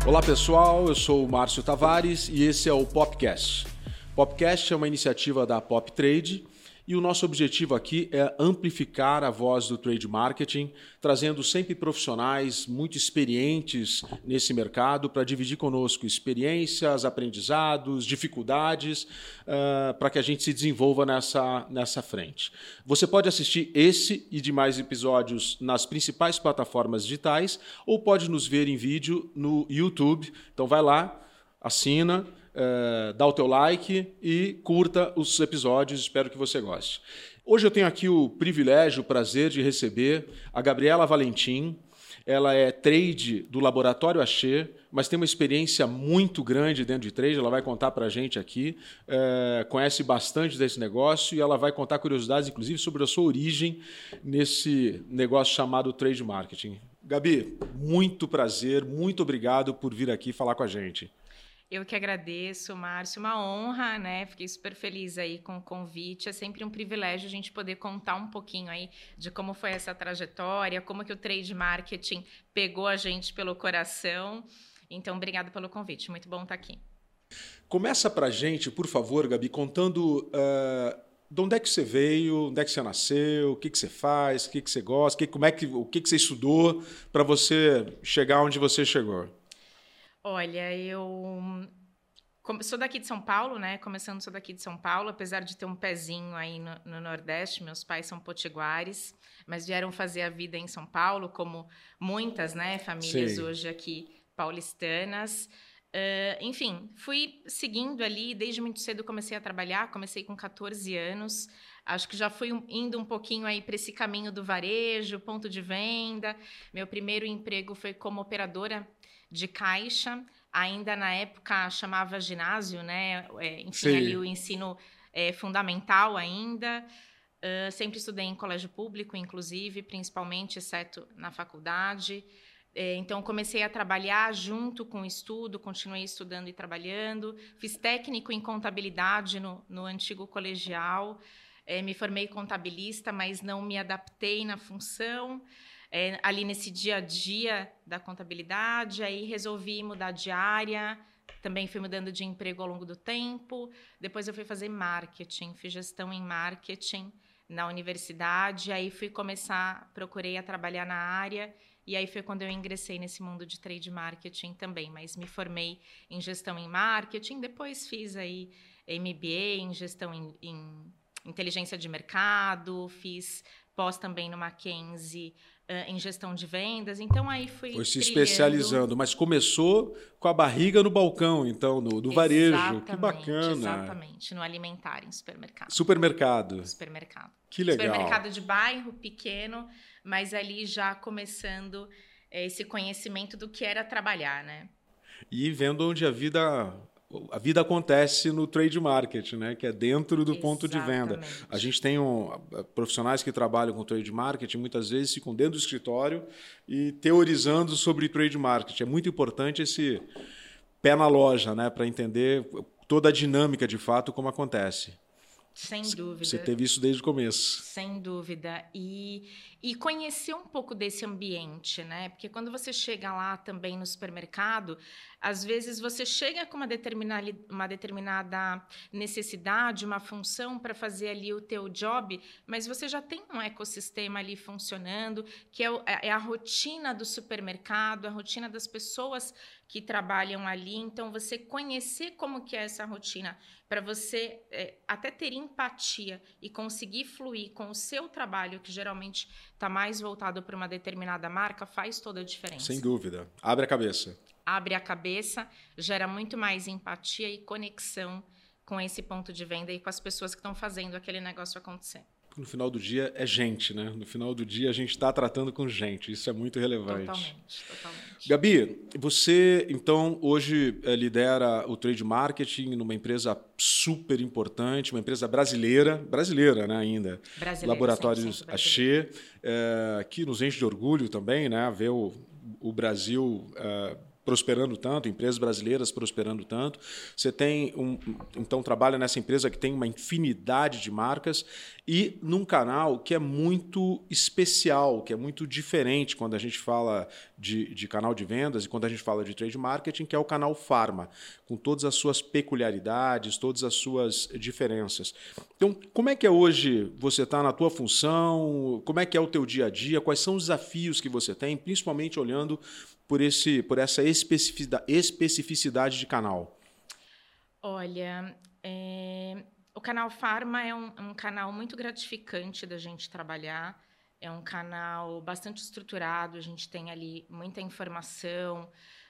Olá pessoal, eu sou o Márcio Tavares e esse é o Popcast. Popcast é uma iniciativa da PopTrade e o nosso objetivo aqui é amplificar a voz do trade marketing, trazendo sempre profissionais muito experientes nesse mercado para dividir conosco experiências, aprendizados, dificuldades, para que a gente se desenvolva nessa frente. Você pode assistir esse e demais episódios nas principais plataformas digitais ou pode nos ver em vídeo no YouTube. Então vai lá, assina, dá o teu like e curta os episódios, espero que você goste. Hoje eu tenho aqui o privilégio, o prazer de receber a Gabriela Valentim. Ela é trade do Laboratório Axê, mas tem uma experiência muito grande dentro de trade, ela vai contar para a gente aqui, conhece bastante desse negócio e ela vai contar curiosidades, inclusive, sobre a sua origem nesse negócio chamado trade marketing. Gabi, muito prazer, muito obrigado por vir aqui falar com a gente. Eu que agradeço, Márcio, uma honra, né? Fiquei super feliz aí com o convite. É sempre um privilégio a gente poder contar um pouquinho aí de como foi essa trajetória, como que o trade marketing pegou a gente pelo coração. Então, obrigado pelo convite. Muito bom estar aqui. Começa pra gente, por favor, Gabi, contando de onde é que você veio, onde é que você nasceu, o que você faz, o que você gosta, o que você estudou para você chegar onde você chegou. Olha, eu sou daqui de São Paulo, né? Sou daqui de São Paulo, apesar de ter um pezinho aí no Nordeste. Meus pais são potiguares, mas vieram fazer a vida em São Paulo, como muitas, né, famílias Sim. hoje aqui paulistanas. Enfim, fui seguindo ali, desde muito cedo comecei a trabalhar, comecei com 14 anos. Acho que já fui indo um pouquinho aí para esse caminho do varejo, ponto de venda. Meu primeiro emprego foi como operadora de caixa, ainda na época chamava ginásio, né? Enfim, Sim. ali o ensino fundamental ainda. Sempre estudei em colégio público, inclusive, principalmente, exceto na faculdade. Então, comecei a trabalhar junto com o estudo, continuei estudando e trabalhando. Fiz técnico em contabilidade no antigo colegial. Me formei contabilista, mas não me adaptei na função. Ali nesse dia a dia da contabilidade, aí resolvi mudar de área, também fui mudando de emprego ao longo do tempo. Depois eu fui fazer marketing, fiz gestão em marketing na universidade, aí procurei a trabalhar na área, e aí foi quando eu ingressei nesse mundo de trade marketing também, mas me formei em gestão em marketing, depois fiz aí MBA em gestão em inteligência de mercado, fiz pós também no Mackenzie, em gestão de vendas, então aí Foi se especializando, mas começou com a barriga no balcão, então, do varejo. Que bacana. Exatamente, no alimentar, em supermercado. Supermercado. Que legal. Supermercado de bairro, pequeno, mas ali já começando esse conhecimento do que era trabalhar, né? E vendo onde a vida acontece no trade marketing, né? Que é dentro do ponto de venda. A gente tem profissionais que trabalham com trade marketing, muitas vezes ficam dentro do escritório e teorizando sobre trade marketing. É muito importante esse pé na loja, né? Para entender toda a dinâmica, de fato, como acontece. Sem dúvida. Você teve isso desde o começo. Sem dúvida. E conhecer um pouco desse ambiente, né? Porque quando você chega lá também no supermercado, às vezes você chega com uma determinada necessidade, uma função para fazer ali o teu job, mas você já tem um ecossistema ali funcionando, que é a rotina do supermercado, a rotina das pessoas que trabalham ali. Então, você conhecer como que é essa rotina, para você até ter empatia e conseguir fluir com o seu trabalho, que geralmente está mais voltado para uma determinada marca, faz toda a diferença. Sem dúvida. Abre a cabeça. Abre a cabeça, gera muito mais empatia e conexão com esse ponto de venda e com as pessoas que estão fazendo aquele negócio acontecer. No final do dia é gente, né? No final do dia a gente está tratando com gente. Isso é muito relevante. Totalmente. Gabi, você então hoje lidera o trade marketing numa empresa super importante, uma empresa brasileira, né, ainda. Laboratórios Axê, que nos enche de orgulho também, né? Ver o Brasil prosperando tanto, empresas brasileiras prosperando tanto. Você tem então trabalha nessa empresa que tem uma infinidade de marcas e num canal que é muito especial, que é muito diferente quando a gente fala de canal de vendas e quando a gente fala de trade marketing, que é o canal Pharma, com todas as suas peculiaridades, todas as suas diferenças. Então, como é que é hoje você está na tua função? Como é que é o teu dia a dia? Quais são os desafios que você tem, principalmente olhando por essa especificidade de canal? Olha, o canal Pharma é um canal muito gratificante da gente trabalhar. É um canal bastante estruturado, a gente tem ali muita informação.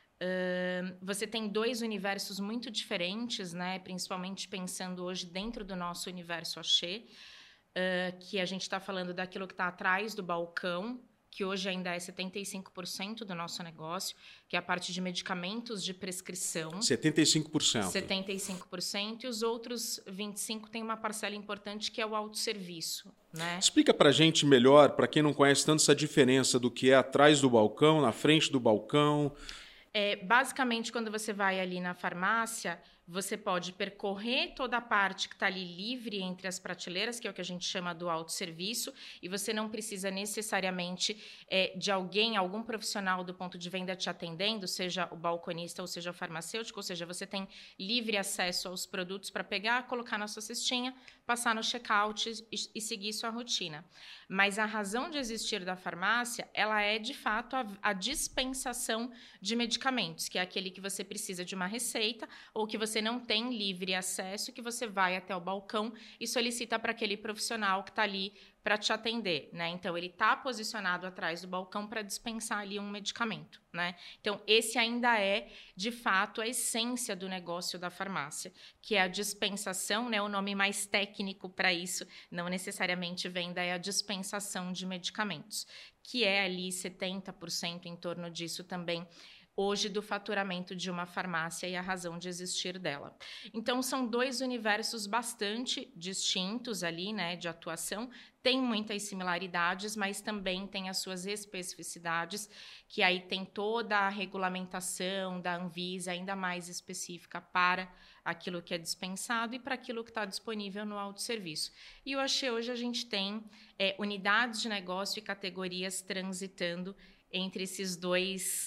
Você tem dois universos muito diferentes, né? Principalmente pensando hoje dentro do nosso universo Axê, que a gente está falando daquilo que está atrás do balcão, que hoje ainda é 75% do nosso negócio, que é a parte de medicamentos de prescrição. 75%. 75%, e os outros 25% tem uma parcela importante que é o autosserviço, né? Explica para a gente melhor, para quem não conhece tanto essa diferença do que é atrás do balcão, na frente do balcão. Basicamente, quando você vai ali na farmácia, você pode percorrer toda a parte que está ali livre entre as prateleiras, que é o que a gente chama do autosserviço, e você não precisa necessariamente de algum profissional do ponto de venda te atendendo, seja o balconista ou seja o farmacêutico, ou seja, você tem livre acesso aos produtos para pegar, colocar na sua cestinha, passar no check-out e seguir sua rotina. Mas a razão de existir da farmácia, ela é, de fato, a dispensação de medicamentos, que é aquele que você precisa de uma receita ou que você não tem livre acesso, que você vai até o balcão e solicita para aquele profissional que está ali para te atender, né? Então, ele está posicionado atrás do balcão para dispensar ali um medicamento, né? Então, esse ainda é, de fato, a essência do negócio da farmácia, que é a dispensação, né? O nome mais técnico para isso, não necessariamente venda, é a dispensação de medicamentos, que é ali 70% em torno disso também, hoje, do faturamento de uma farmácia e a razão de existir dela. Então, são dois universos bastante distintos ali, né, de atuação. Tem muitas similaridades, mas também tem as suas especificidades, que aí tem toda a regulamentação da Anvisa, ainda mais específica para aquilo que é dispensado e para aquilo que está disponível no autosserviço. E eu achei hoje a gente tem unidades de negócio e categorias transitando entre esses dois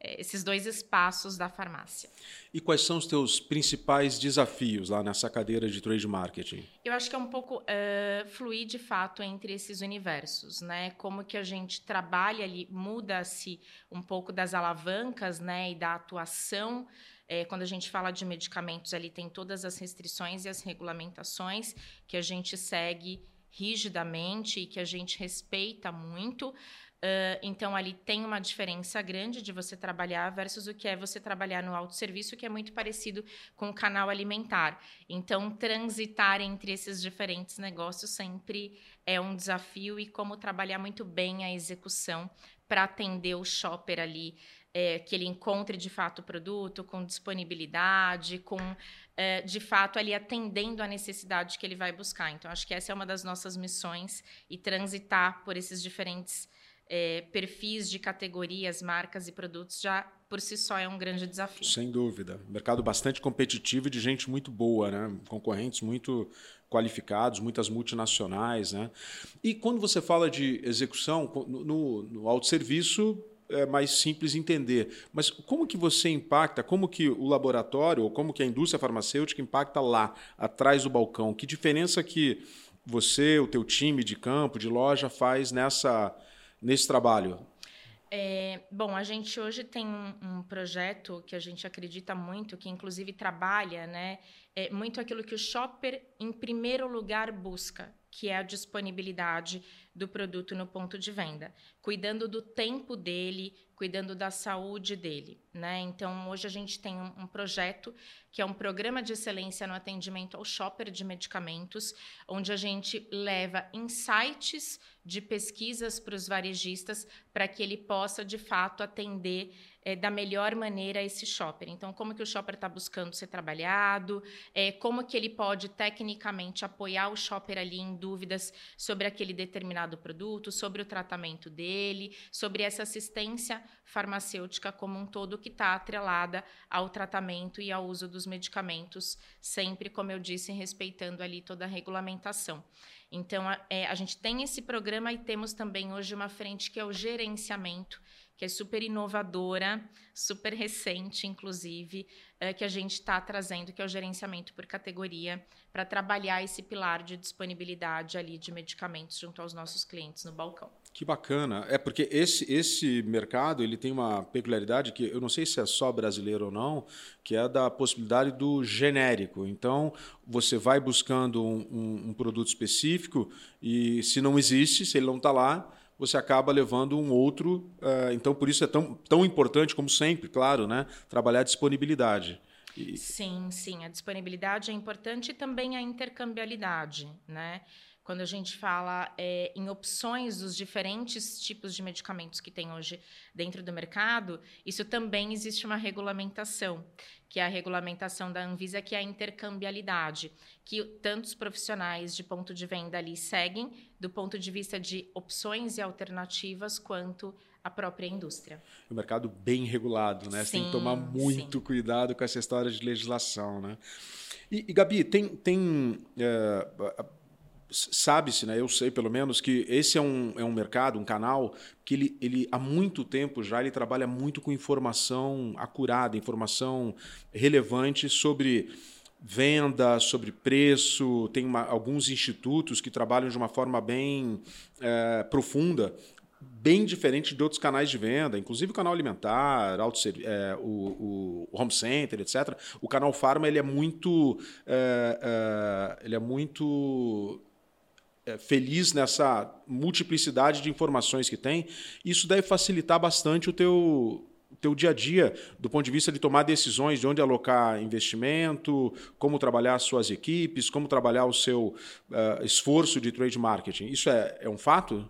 espaços da farmácia. E quais são os teus principais desafios lá nessa cadeira de trade marketing? Eu acho que é um pouco fluir de fato entre esses universos, né? Como que a gente trabalha ali, muda-se um pouco das alavancas, né, e da atuação. Quando a gente fala de medicamentos, ali tem todas as restrições e as regulamentações que a gente segue rigidamente e que a gente respeita muito. Então, ali tem uma diferença grande de você trabalhar versus o que é você trabalhar no autosserviço, que é muito parecido com o canal alimentar. Então, transitar entre esses diferentes negócios sempre é um desafio e como trabalhar muito bem a execução para atender o shopper ali, que ele encontre de fato o produto com disponibilidade, com de fato ali atendendo a necessidade que ele vai buscar. Então, acho que essa é uma das nossas missões e transitar por esses diferentes perfis de categorias, marcas e produtos já por si só é um grande desafio. Sem dúvida. Mercado bastante competitivo e de gente muito boa, né? Concorrentes muito qualificados, muitas multinacionais, né? E quando você fala de execução, no autosserviço é mais simples entender. Mas como que você impacta, como que o laboratório ou como que a indústria farmacêutica impacta lá, atrás do balcão? Que diferença que você, o teu time de campo, de loja faz nesse trabalho? Bom, a gente hoje tem um projeto que a gente acredita muito, que inclusive trabalha, né, muito aquilo que o shopper, em primeiro lugar, busca, que é a disponibilidade do produto no ponto de venda, cuidando do tempo dele, cuidando da saúde dele, né? Então, hoje a gente tem um projeto que é um programa de excelência no atendimento ao shopper de medicamentos, onde a gente leva insights de pesquisas para os varejistas para que ele possa, de fato, atender da melhor maneira esse shopper. Então, como que o shopper está buscando ser trabalhado, como que ele pode tecnicamente apoiar o shopper ali em dúvidas sobre aquele determinado produto, sobre o tratamento dele, sobre essa assistência farmacêutica como um todo que está atrelada ao tratamento e ao uso dos medicamentos, sempre, como eu disse, respeitando ali toda a regulamentação. Então, a gente tem esse programa e temos também hoje uma frente que é o gerenciamento, que é super inovadora, super recente, inclusive, que a gente está trazendo, que é o gerenciamento por categoria, para trabalhar esse pilar de disponibilidade ali de medicamentos junto aos nossos clientes no balcão. Que bacana. É porque esse mercado ele tem uma peculiaridade que eu não sei se é só brasileiro ou não, que é da possibilidade do genérico. Então, você vai buscando um produto específico e se não existe, se ele não está lá, você acaba levando um outro. Então, por isso é tão importante, como sempre, claro, né, trabalhar a disponibilidade. Sim, a disponibilidade é importante e também a intercambiabilidade, né? Quando a gente fala em opções dos diferentes tipos de medicamentos que tem hoje dentro do mercado, isso também existe uma regulamentação, que é a regulamentação da Anvisa, que é a intercambiabilidade, que tantos profissionais de ponto de venda ali seguem, do ponto de vista de opções e alternativas, quanto a própria indústria. O mercado bem regulado, né? Você tem que tomar muito cuidado com essa história de legislação, né? E Gabi, sabe-se, né? Eu sei pelo menos que esse é um mercado, um canal que ele há muito tempo já ele trabalha muito com informação acurada, informação relevante sobre venda, sobre preço. Tem alguns institutos que trabalham de uma forma bem profunda, bem diferente de outros canais de venda, inclusive o canal alimentar, o home center, etc. O canal Pharma ele é muito feliz nessa multiplicidade de informações que tem. Isso deve facilitar bastante o teu dia a dia, do ponto de vista de tomar decisões de onde alocar investimento, como trabalhar as suas equipes, como trabalhar o seu esforço de trade marketing. Isso é um fato?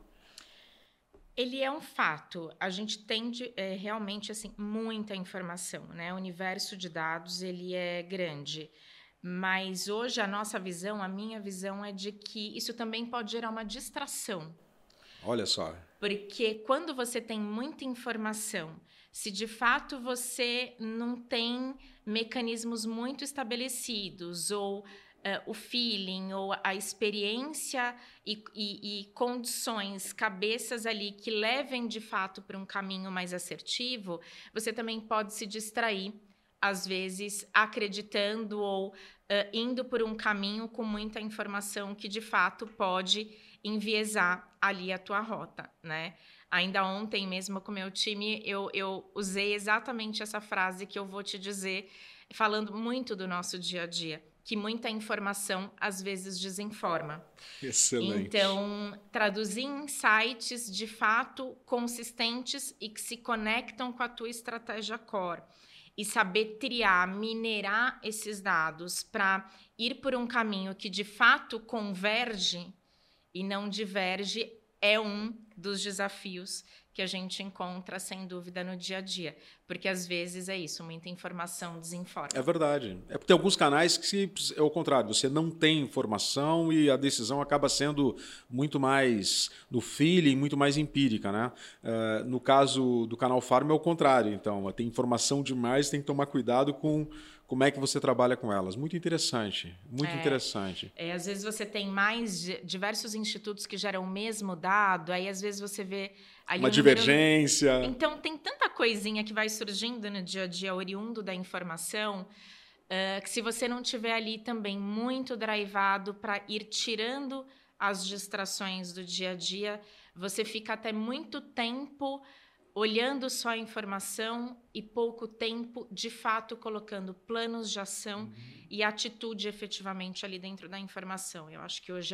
Ele é um fato. A gente tem realmente assim, muita informação, né? O universo de dados ele é grande. Mas hoje a minha visão é de que isso também pode gerar uma distração. Olha só. Porque quando você tem muita informação, se de fato você não tem mecanismos muito estabelecidos, ou o feeling, ou a experiência e condições, cabeças ali que levem de fato para um caminho mais assertivo, você também pode se distrair, às vezes acreditando ou indo por um caminho com muita informação que de fato pode enviesar ali a tua rota, né? Ainda ontem mesmo com o meu time eu usei exatamente essa frase que eu vou te dizer, falando muito do nosso dia a dia, que muita informação às vezes desinforma. Excelente. Então, traduzir insights de fato consistentes e que se conectam com a tua estratégia core e saber triar, minerar esses dados para ir por um caminho que de fato converge e não diverge é um dos desafios que a gente encontra, sem dúvida, no dia a dia. Porque, às vezes, é isso, muita informação desinforma. É verdade. É porque tem alguns canais que é o contrário, você não tem informação e a decisão acaba sendo muito mais no feeling, muito mais empírica, né? No caso do canal Pharma é o contrário. Então, tem informação demais, tem que tomar cuidado com como é que você trabalha com elas. Muito interessante, muito interessante. Às vezes você tem diversos institutos que geram o mesmo dado, aí às vezes você vê ali uma divergência. Então tem tanta coisinha que vai surgindo no dia a dia oriundo da informação, que se você não tiver ali também muito drivado para ir tirando as distrações do dia a dia, você fica até muito tempo olhando só a informação e pouco tempo, de fato, colocando planos de ação e atitude efetivamente ali dentro da informação. Eu acho que hoje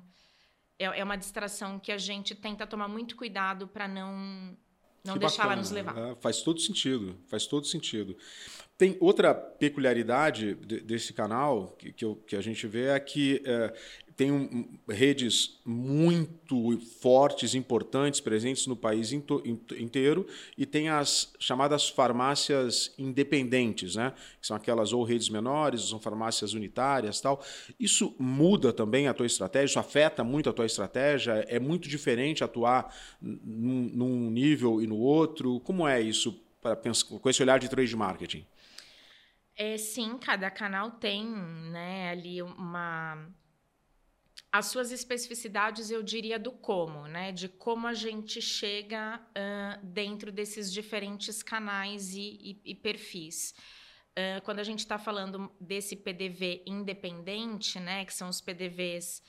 é uma distração que a gente tenta tomar muito cuidado para não deixar ela nos levar. Faz todo sentido, faz todo sentido. Tem outra peculiaridade desse canal que a gente vê é que tem redes muito fortes, importantes, presentes no país inteiro, e tem as chamadas farmácias independentes, né? Que são aquelas ou redes menores, ou são farmácias unitárias, tal. Isso muda também a tua estratégia? Isso afeta muito a tua estratégia? É muito diferente atuar num nível e no outro? Como é isso para pensar com esse olhar de trade marketing? Sim, cada canal tem, né, ali as suas especificidades, eu diria, do como, né? De como a gente chega dentro desses diferentes canais e perfis. Quando a gente está falando desse PDV independente, né? Que são os PDVs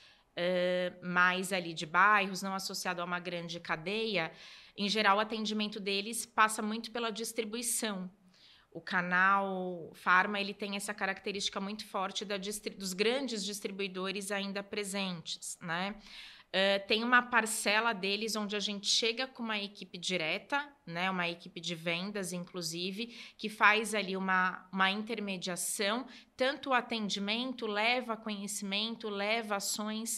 mais ali de bairros, não associado a uma grande cadeia, em geral, o atendimento deles passa muito pela distribuição. O canal Farma ele tem essa característica muito forte dos grandes distribuidores ainda presentes, né? Tem uma parcela deles onde a gente chega com uma equipe direta, né? Uma equipe de vendas, inclusive, que faz ali uma intermediação. Tanto o atendimento leva conhecimento, leva ações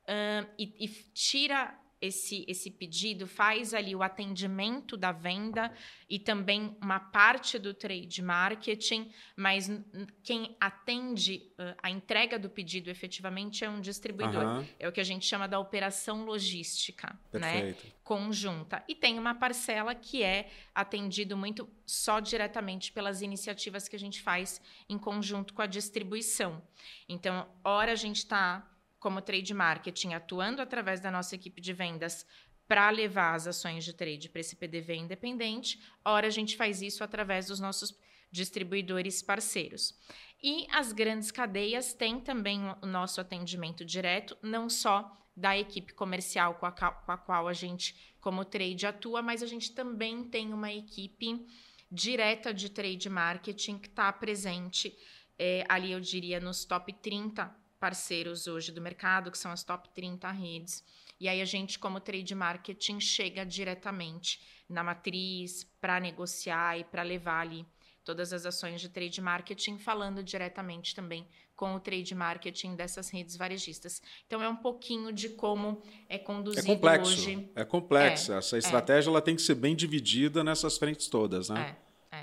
e tira esse pedido, faz ali o atendimento da venda e também uma parte do trade marketing, mas quem atende a entrega do pedido efetivamente é um distribuidor. É o que a gente chama da operação logística, né? Conjunta. E tem uma parcela que é atendido muito só diretamente pelas iniciativas que a gente faz em conjunto com a distribuição. Então, ora a gente está como trade marketing, atuando através da nossa equipe de vendas para levar as ações de trade para esse PDV independente, ora a gente faz isso através dos nossos distribuidores parceiros. E as grandes cadeias têm também o nosso atendimento direto, não só da equipe comercial com a qual a gente, como trade, atua, mas a gente também tem uma equipe direta de trade marketing que está presente ali, eu diria, nos top 30 parceiros hoje do mercado, que são as top 30 redes. E aí a gente, como trade marketing, chega diretamente na matriz para negociar e para levar ali todas as ações de trade marketing, falando diretamente também com o trade marketing dessas redes varejistas. Então, é um pouquinho de como é conduzido hoje. É complexo. Essa estratégia ela tem que ser bem dividida nessas frentes todas, né?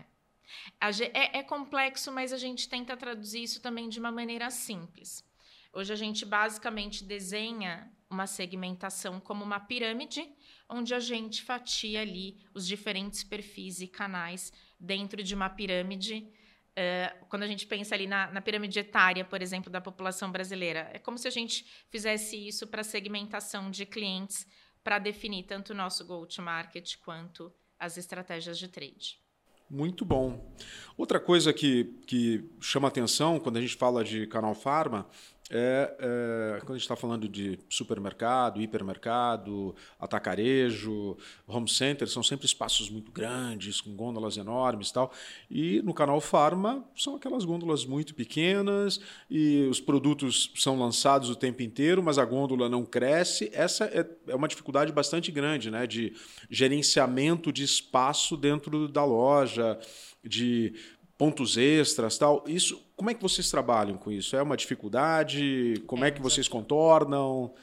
É complexo, mas a gente tenta traduzir isso também de uma maneira simples. Hoje a gente basicamente desenha uma segmentação como uma pirâmide, onde a gente fatia ali os diferentes perfis e canais dentro de uma pirâmide. Quando a gente pensa ali na pirâmide etária, por exemplo, da população brasileira, é como se a gente fizesse isso para segmentação de clientes, para definir tanto o nosso go-to-market quanto as estratégias de trade. Muito bom. Outra coisa que chama atenção quando a gente fala de canal Farma quando a gente está falando de supermercado, hipermercado, atacarejo, home center, são sempre espaços muito grandes, com gôndolas enormes e tal. E no canal Farma são aquelas gôndolas muito pequenas e os produtos são lançados o tempo inteiro, mas a gôndola não cresce. Essa é uma dificuldade bastante grande, né, de gerenciamento de espaço dentro da loja, de pontos extras, tal. Isso, como é que vocês trabalham com isso? É uma dificuldade? Como é que vocês contornam?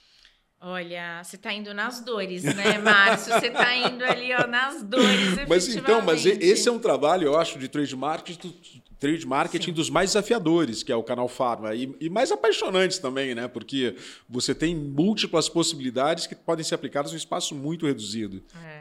Olha, você está indo nas dores, né, Márcio? Você está indo ali nas dores, mas esse é um trabalho, eu acho, de trade marketing dos mais desafiadores, que é o canal Farma, e mais apaixonantes também, né? Porque você tem múltiplas possibilidades que podem ser aplicadas num espaço muito reduzido.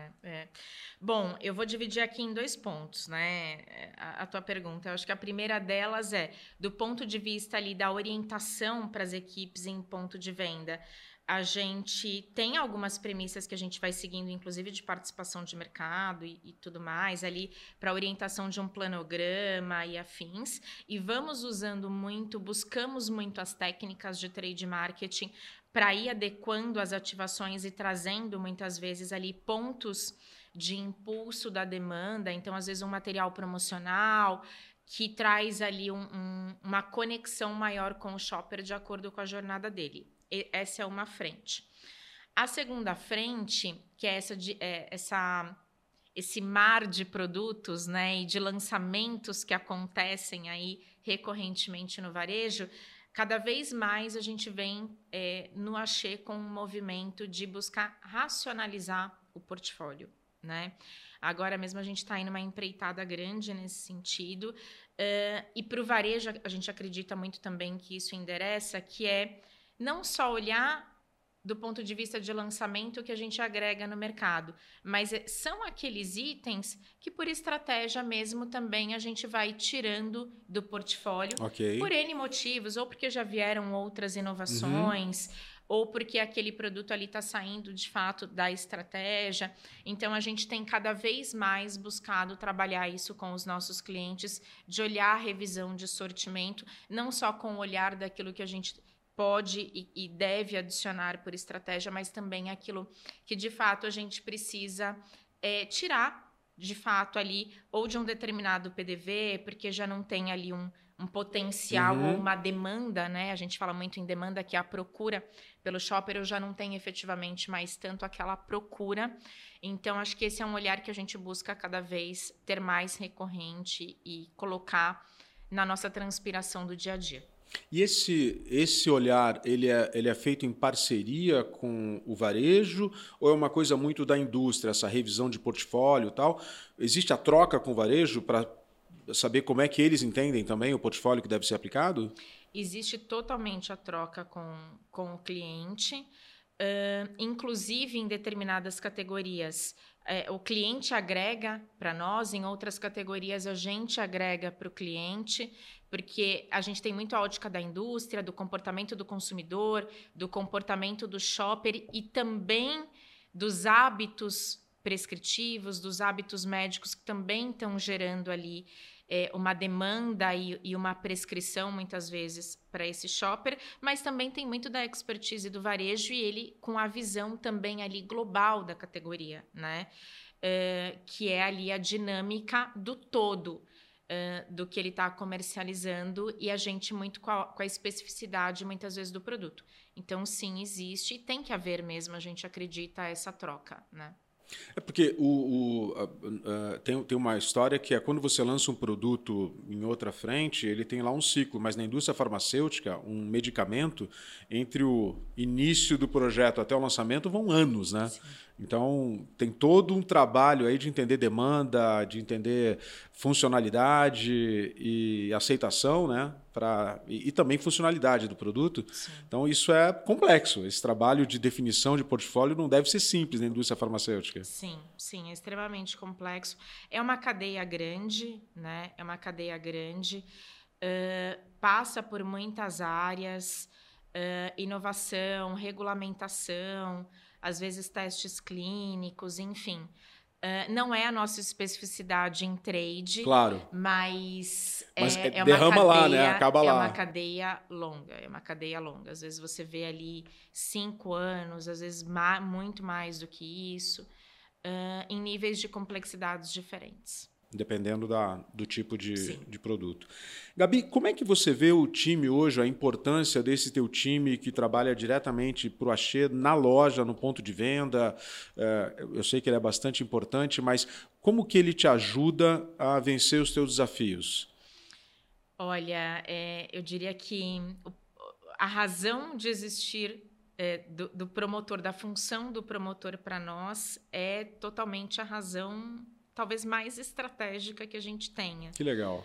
Bom, eu vou dividir aqui em 2 pontos, né? A tua pergunta. Eu acho que a primeira delas é do ponto de vista ali da orientação para as equipes em ponto de venda. A gente tem algumas premissas que a gente vai seguindo, inclusive de participação de mercado e tudo mais, ali para orientação de um planograma e afins. E vamos buscamos muito as técnicas de trade marketing para ir adequando as ativações e trazendo muitas vezes ali pontos de impulso da demanda. Então, às vezes, um material promocional que traz ali uma conexão maior com o shopper de acordo com a jornada dele. Essa é uma frente. A segunda frente, que é esse mar de produtos, né, e de lançamentos que acontecem aí recorrentemente no varejo, cada vez mais a gente vem no Axê com um movimento de buscar racionalizar o portfólio, né? Agora mesmo a gente está indo uma empreitada grande nesse sentido, e para o varejo a gente acredita muito também que isso endereça, que é não só olhar do ponto de vista de lançamento que a gente agrega no mercado, mas são aqueles itens que por estratégia mesmo também a gente vai tirando do portfólio, por N motivos, ou porque já vieram outras inovações, ou porque aquele produto ali está saindo de fato da estratégia. Então a gente tem cada vez mais buscado trabalhar isso com os nossos clientes, de olhar a revisão de sortimento, não só com o olhar daquilo que a gente pode e deve adicionar por estratégia, mas também aquilo que de fato a gente precisa tirar de fato ali, ou de um determinado PDV, porque já não tem ali um potencial ou uma demanda, né? A gente fala muito em demanda, que é a procura pelo shopper, eu já não tenho efetivamente mais tanto aquela procura. Então, acho que esse é um olhar que a gente busca cada vez ter mais recorrente e colocar na nossa transpiração do dia a dia. E esse olhar, ele é feito em parceria com o varejo ou é uma coisa muito da indústria, essa revisão de portfólio e tal? Existe a troca com o varejo para saber como é que eles entendem também o portfólio que deve ser aplicado? Existe totalmente a troca com o cliente, inclusive em determinadas categorias. O cliente agrega para nós, em outras categorias a gente agrega para o cliente, porque a gente tem muito a ótica da indústria, do comportamento do consumidor, do comportamento do shopper e também dos hábitos prescritivos, dos hábitos médicos que também estão gerando ali uma demanda e uma prescrição, muitas vezes, para esse shopper, mas também tem muito da expertise do varejo e ele com a visão também ali global da categoria, né? Que é ali a dinâmica do todo do que ele está comercializando e a gente muito com a especificidade, muitas vezes, do produto. Então, sim, existe e tem que haver mesmo, a gente acredita, essa troca, né? É porque tem uma história que é quando você lança um produto em outra frente, ele tem lá um ciclo, mas na indústria farmacêutica, um medicamento, entre o início do projeto até o lançamento, vão anos, né? Sim. Então, tem todo um trabalho aí de entender demanda, de entender funcionalidade e aceitação, né? E também funcionalidade do produto. Sim. Então, isso é complexo. Esse trabalho de definição de portfólio não deve ser simples na indústria farmacêutica. Sim, sim, é extremamente complexo. É uma cadeia grande, né? É uma cadeia grande. Passa por muitas áreas, inovação, regulamentação, às vezes testes clínicos, enfim. Não é a nossa especificidade em trade, claro, mas derrama uma cadeia, lá, né? Acaba lá. É uma cadeia longa, Às vezes você vê ali 5 anos, às vezes muito mais do que isso, em níveis de complexidades diferentes. Dependendo do tipo de produto. Gabi, como é que você vê o time hoje, a importância desse teu time que trabalha diretamente para o Axê na loja, no ponto de venda? Eu sei que ele é bastante importante, mas como que ele te ajuda a vencer os teus desafios? Olha, eu diria que a razão de existir do promotor, da função do promotor para nós é totalmente a razão talvez mais estratégica que a gente tenha. Que legal.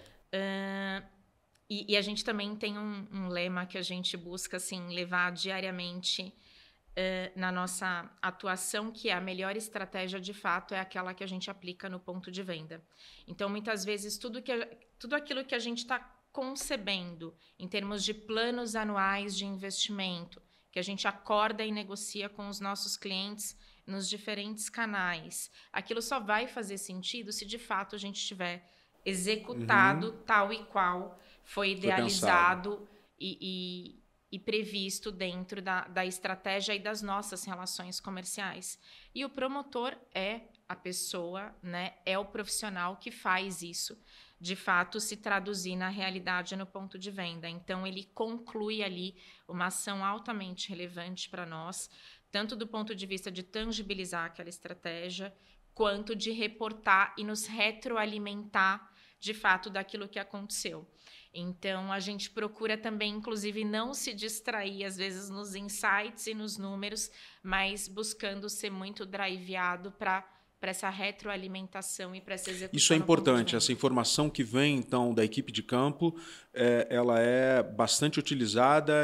E a gente também tem um lema que a gente busca assim, levar diariamente na nossa atuação, que é a melhor estratégia de fato é aquela que a gente aplica no ponto de venda. Então, muitas vezes, tudo aquilo que a gente está concebendo em termos de planos anuais de investimento, que a gente acorda e negocia com os nossos clientes nos diferentes canais. Aquilo só vai fazer sentido se de fato a gente tiver executado tal e qual foi idealizado e previsto dentro da estratégia e das nossas relações comerciais. E o promotor é a pessoa, né, é o profissional que faz isso, de fato, se traduzir na realidade no ponto de venda. Então, ele conclui ali uma ação altamente relevante para nós, tanto do ponto de vista de tangibilizar aquela estratégia, quanto de reportar e nos retroalimentar de fato, daquilo que aconteceu. Então, a gente procura também, inclusive, não se distrair, às vezes, nos insights e nos números, mas buscando ser muito driveado para essa retroalimentação e para essa execução. Isso é importante, essa informação que vem, então, da equipe de campo, ela é bastante utilizada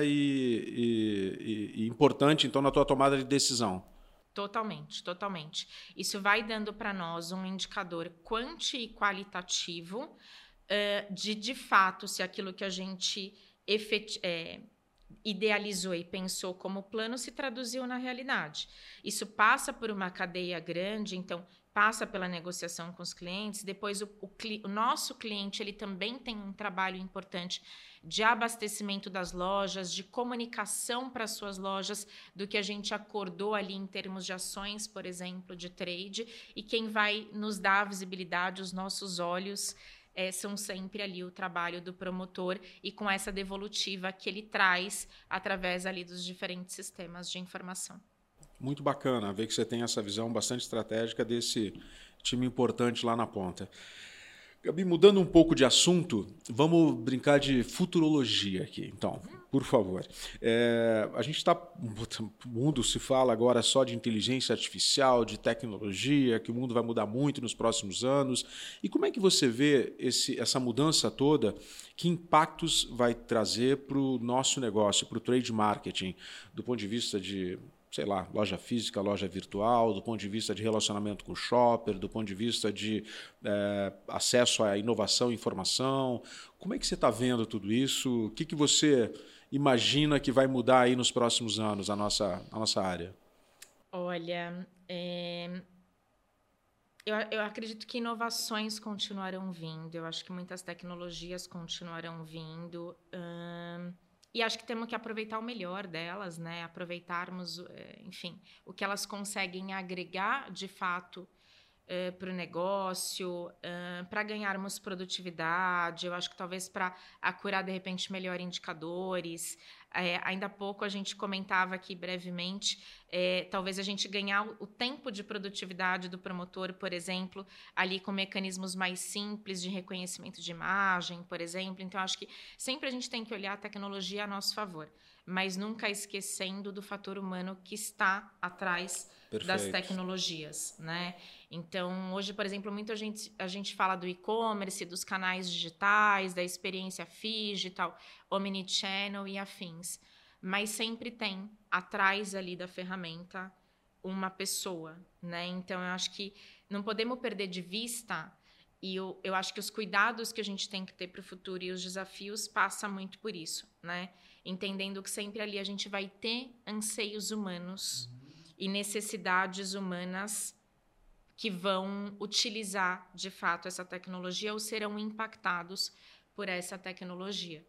e importante, então, na tua tomada de decisão. Totalmente, totalmente. Isso vai dando para nós um indicador quanti e qualitativo de fato, se aquilo que a gente idealizou e pensou como plano se traduziu na realidade. Isso passa por uma cadeia grande, então passa pela negociação com os clientes, depois o nosso cliente ele também tem um trabalho importante de abastecimento das lojas, de comunicação para as suas lojas, do que a gente acordou ali em termos de ações, por exemplo, de trade, e quem vai nos dar a visibilidade, os nossos olhos, são sempre ali o trabalho do promotor e com essa devolutiva que ele traz através ali dos diferentes sistemas de informação. Muito bacana ver que você tem essa visão bastante estratégica desse time importante lá na ponta. Gabi, mudando um pouco de assunto, vamos brincar de futurologia aqui, então, por favor. A gente está... O mundo se fala agora só de inteligência artificial, de tecnologia, que o mundo vai mudar muito nos próximos anos. E como é que você vê essa mudança toda? Que impactos vai trazer para o nosso negócio, para o trade marketing, do ponto de vista de... sei lá, loja física, loja virtual, do ponto de vista de relacionamento com o shopper, do ponto de vista de acesso à inovação e informação. Como é que você está vendo tudo isso? O que você imagina que vai mudar aí nos próximos anos a nossa área? Olha, eu acredito que inovações continuarão vindo, eu acho que muitas tecnologias continuarão vindo, e acho que temos que aproveitar o melhor delas, né? Aproveitarmos, enfim, o que elas conseguem agregar de fato para o negócio, para ganharmos produtividade. Eu acho que talvez para acurar, de repente, melhor indicadores. Ainda há pouco a gente comentava aqui brevemente, talvez a gente ganhar o tempo de produtividade do promotor, por exemplo, ali com mecanismos mais simples de reconhecimento de imagem, por exemplo. Então, acho que sempre a gente tem que olhar a tecnologia a nosso favor, mas nunca esquecendo do fator humano que está atrás das tecnologias, né? Então, hoje, por exemplo, a gente fala do e-commerce, dos canais digitais, da experiência digital, omnichannel e afins. Mas sempre tem, atrás ali da ferramenta, uma pessoa, né? Então, eu acho que não podemos perder de vista, e eu acho que os cuidados que a gente tem que ter para o futuro e os desafios passam muito por isso, né? Entendendo que sempre ali a gente vai ter anseios humanos e necessidades humanas que vão utilizar, de fato, essa tecnologia ou serão impactados por essa tecnologia.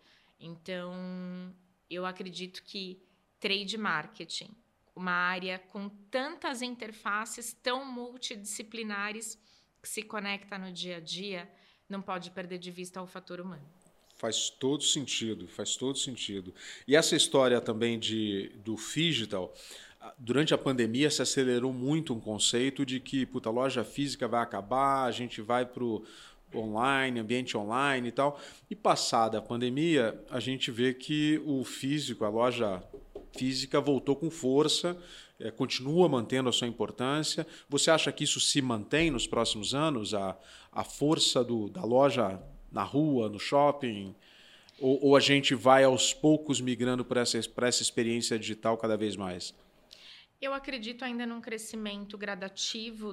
Então, eu acredito que trade marketing, uma área com tantas interfaces tão multidisciplinares que se conecta no dia a dia, não pode perder de vista o fator humano. Faz todo sentido, faz todo sentido. E essa história também do digital, durante a pandemia se acelerou muito um conceito de que a loja física vai acabar, a gente vai para o online, ambiente online e tal. E passada a pandemia, a gente vê que o físico, a loja física voltou com força, continua mantendo a sua importância. Você acha que isso se mantém nos próximos anos, a força da loja na rua, no shopping? Ou a gente vai aos poucos migrando para essa experiência digital cada vez mais? Eu acredito ainda num crescimento gradativo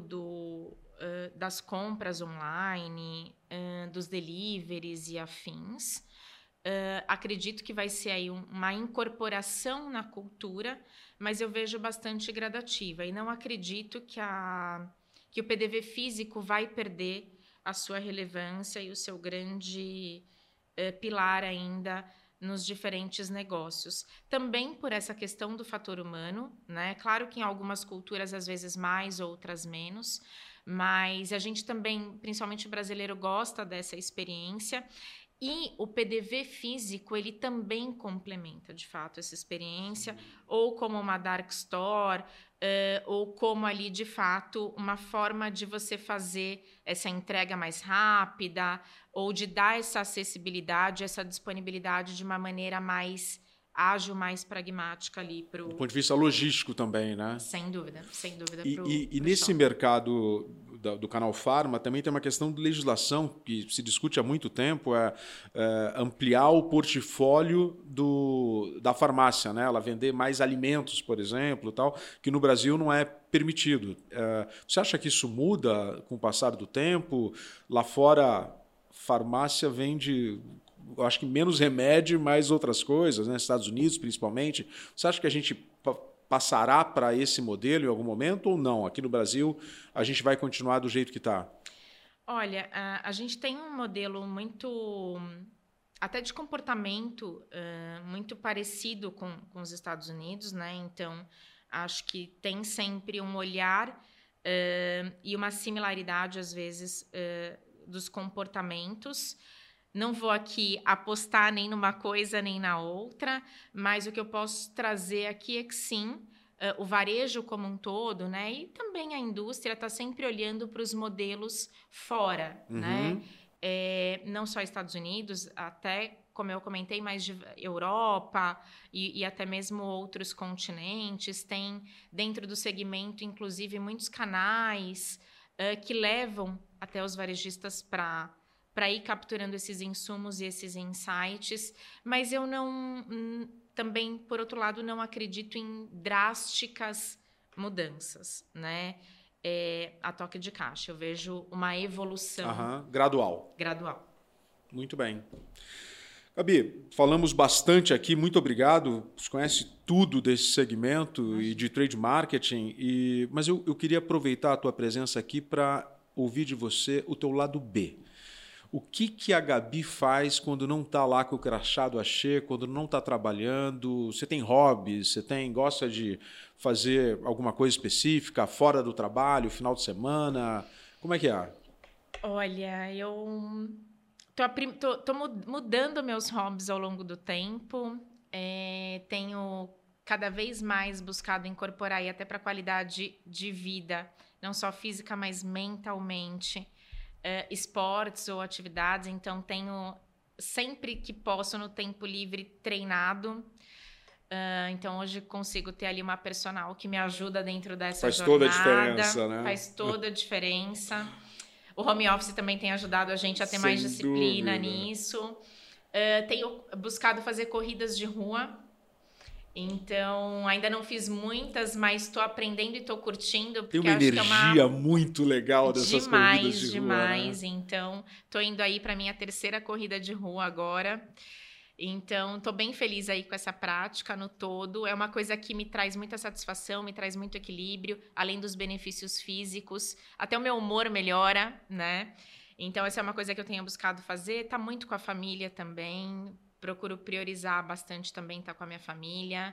das compras online, dos deliveries e afins. Acredito que vai ser aí uma incorporação na cultura, mas eu vejo bastante gradativa. E não acredito que o PDV físico vai perder a sua relevância e o seu grande pilar ainda nos diferentes negócios. Também por essa questão do fator humano, né? Claro que em algumas culturas, às vezes mais, outras menos, mas a gente também, principalmente o brasileiro, gosta dessa experiência. E o PDV físico, ele também complementa, de fato, essa experiência, ou como uma dark store, ou como ali, de fato, uma forma de você fazer essa entrega mais rápida ou de dar essa acessibilidade, essa disponibilidade de uma maneira mais ágil, mais pragmática ali para Do o... ponto de vista logístico também, né? Sem dúvida, E, para o e nesse mercado do canal Farma também tem uma questão de legislação que se discute há muito tempo, ampliar o portfólio da farmácia, né? Ela vender mais alimentos, por exemplo, tal, que no Brasil não é permitido. Você acha que isso muda com o passar do tempo? Lá fora, farmácia vende, eu acho que menos remédio, mais outras coisas, né? Estados Unidos, principalmente. Você acha que a gente passará para esse modelo em algum momento ou não? Aqui no Brasil, a gente vai continuar do jeito que está? Olha, a gente tem um modelo muito, até de comportamento, muito parecido com os Estados Unidos, né? Então, acho que tem sempre um olhar e uma similaridade, às vezes, dos comportamentos. Não vou aqui apostar nem numa coisa nem na outra, mas o que eu posso trazer aqui é que sim, o varejo como um todo, né? E também a indústria está sempre olhando para os modelos fora, né? Não só Estados Unidos, até, como eu comentei, mais de Europa e até mesmo outros continentes. Tem dentro do segmento, inclusive, muitos canais que levam até os varejistas para ir capturando esses insumos e esses insights, mas eu também, por outro lado, não acredito em drásticas mudanças, né? A toque de caixa. Eu vejo uma evolução gradual. Muito bem. Gabi, falamos bastante aqui, muito obrigado. Você conhece tudo desse segmento e de trade marketing, mas eu queria aproveitar a tua presença aqui para ouvir de você o teu lado B. O que a Gabi faz quando não está lá com o crachá do Axê, quando não está trabalhando? Você tem hobbies? Gosta de fazer alguma coisa específica fora do trabalho, final de semana? Como é que é? Olha, eu tô mudando meus hobbies ao longo do tempo. Tenho cada vez mais buscado incorporar aí até para a qualidade de vida, não só física, mas mentalmente. Esportes ou atividades, então tenho sempre que posso no tempo livre treinado, então hoje consigo ter ali uma personal que me ajuda dentro dessa jornada. Faz toda a diferença, né? Faz toda a diferença. O home office também tem ajudado a gente a ter mais Sem disciplina dúvida. nisso. Tenho buscado fazer corridas de rua. Então, ainda não fiz muitas, mas estou aprendendo e estou curtindo. Tem uma energia muito legal dessas corridas de rua. Demais. Né? Então, estou indo aí para a minha terceira corrida de rua agora. Então, estou bem feliz aí com essa prática no todo. É uma coisa que me traz muita satisfação, me traz muito equilíbrio, além dos benefícios físicos. Até o meu humor melhora, né? Então, essa é uma coisa que eu tenho buscado fazer. Tá muito com a família também. Procuro priorizar bastante também estar com a minha família.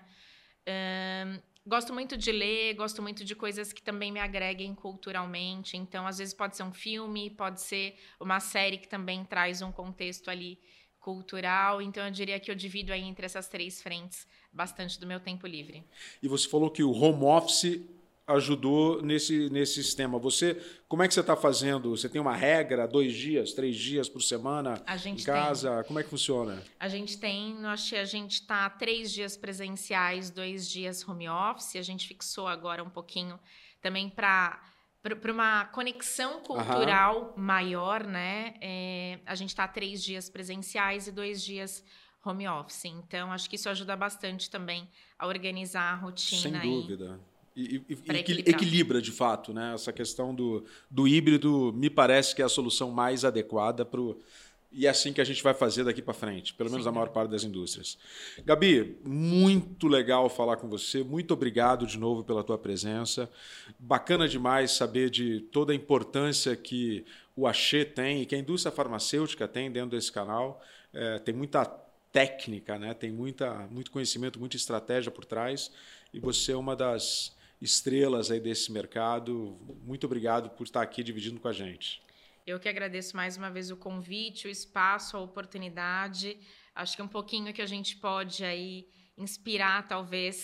Gosto muito de ler, gosto muito de coisas que também me agreguem culturalmente. Então, às vezes pode ser um filme, pode ser uma série que também traz um contexto ali cultural. Então, eu diria que eu divido aí entre essas três frentes bastante do meu tempo livre. E você falou que o home office ajudou nesse sistema. Como é que você está fazendo? Você tem uma regra, 2 dias, 3 dias por semana em casa? Como é que funciona? A gente está 3 dias presenciais, 2 dias home office. A gente fixou agora um pouquinho também para uma conexão cultural maior, né? A gente está 3 dias presenciais e 2 dias home office. Então, acho que isso ajuda bastante também a organizar a rotina. Sem dúvida. E equilibra, de fato, né? Essa questão do híbrido me parece que é a solução mais adequada e é assim que a gente vai fazer daqui para frente, pelo menos a maior parte das indústrias. Gabi, muito legal falar com você, muito obrigado de novo pela tua presença. Bacana demais saber de toda a importância que o Axê tem e que a indústria farmacêutica tem dentro desse canal. Tem muita técnica, né? Tem muito conhecimento, muita estratégia por trás e você é uma das estrelas aí desse mercado. Muito obrigado por estar aqui dividindo com a gente. Eu que agradeço mais uma vez o convite, o espaço, a oportunidade. Acho que um pouquinho que a gente pode aí inspirar, talvez,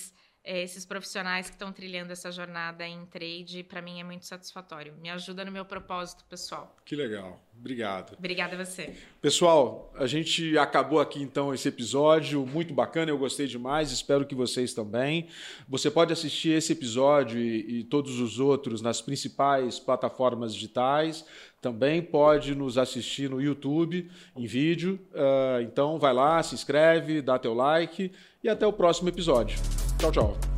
esses profissionais que estão trilhando essa jornada em trade, para mim é muito satisfatório. Me ajuda no meu propósito pessoal. Que legal. Obrigado. Obrigada a você. Pessoal, a gente acabou aqui então esse episódio, muito bacana, eu gostei demais, espero que vocês também. Você pode assistir esse episódio e todos os outros nas principais plataformas digitais, também pode nos assistir no YouTube em vídeo, então vai lá, se inscreve, dá teu like e até o próximo episódio. Tchau, tchau.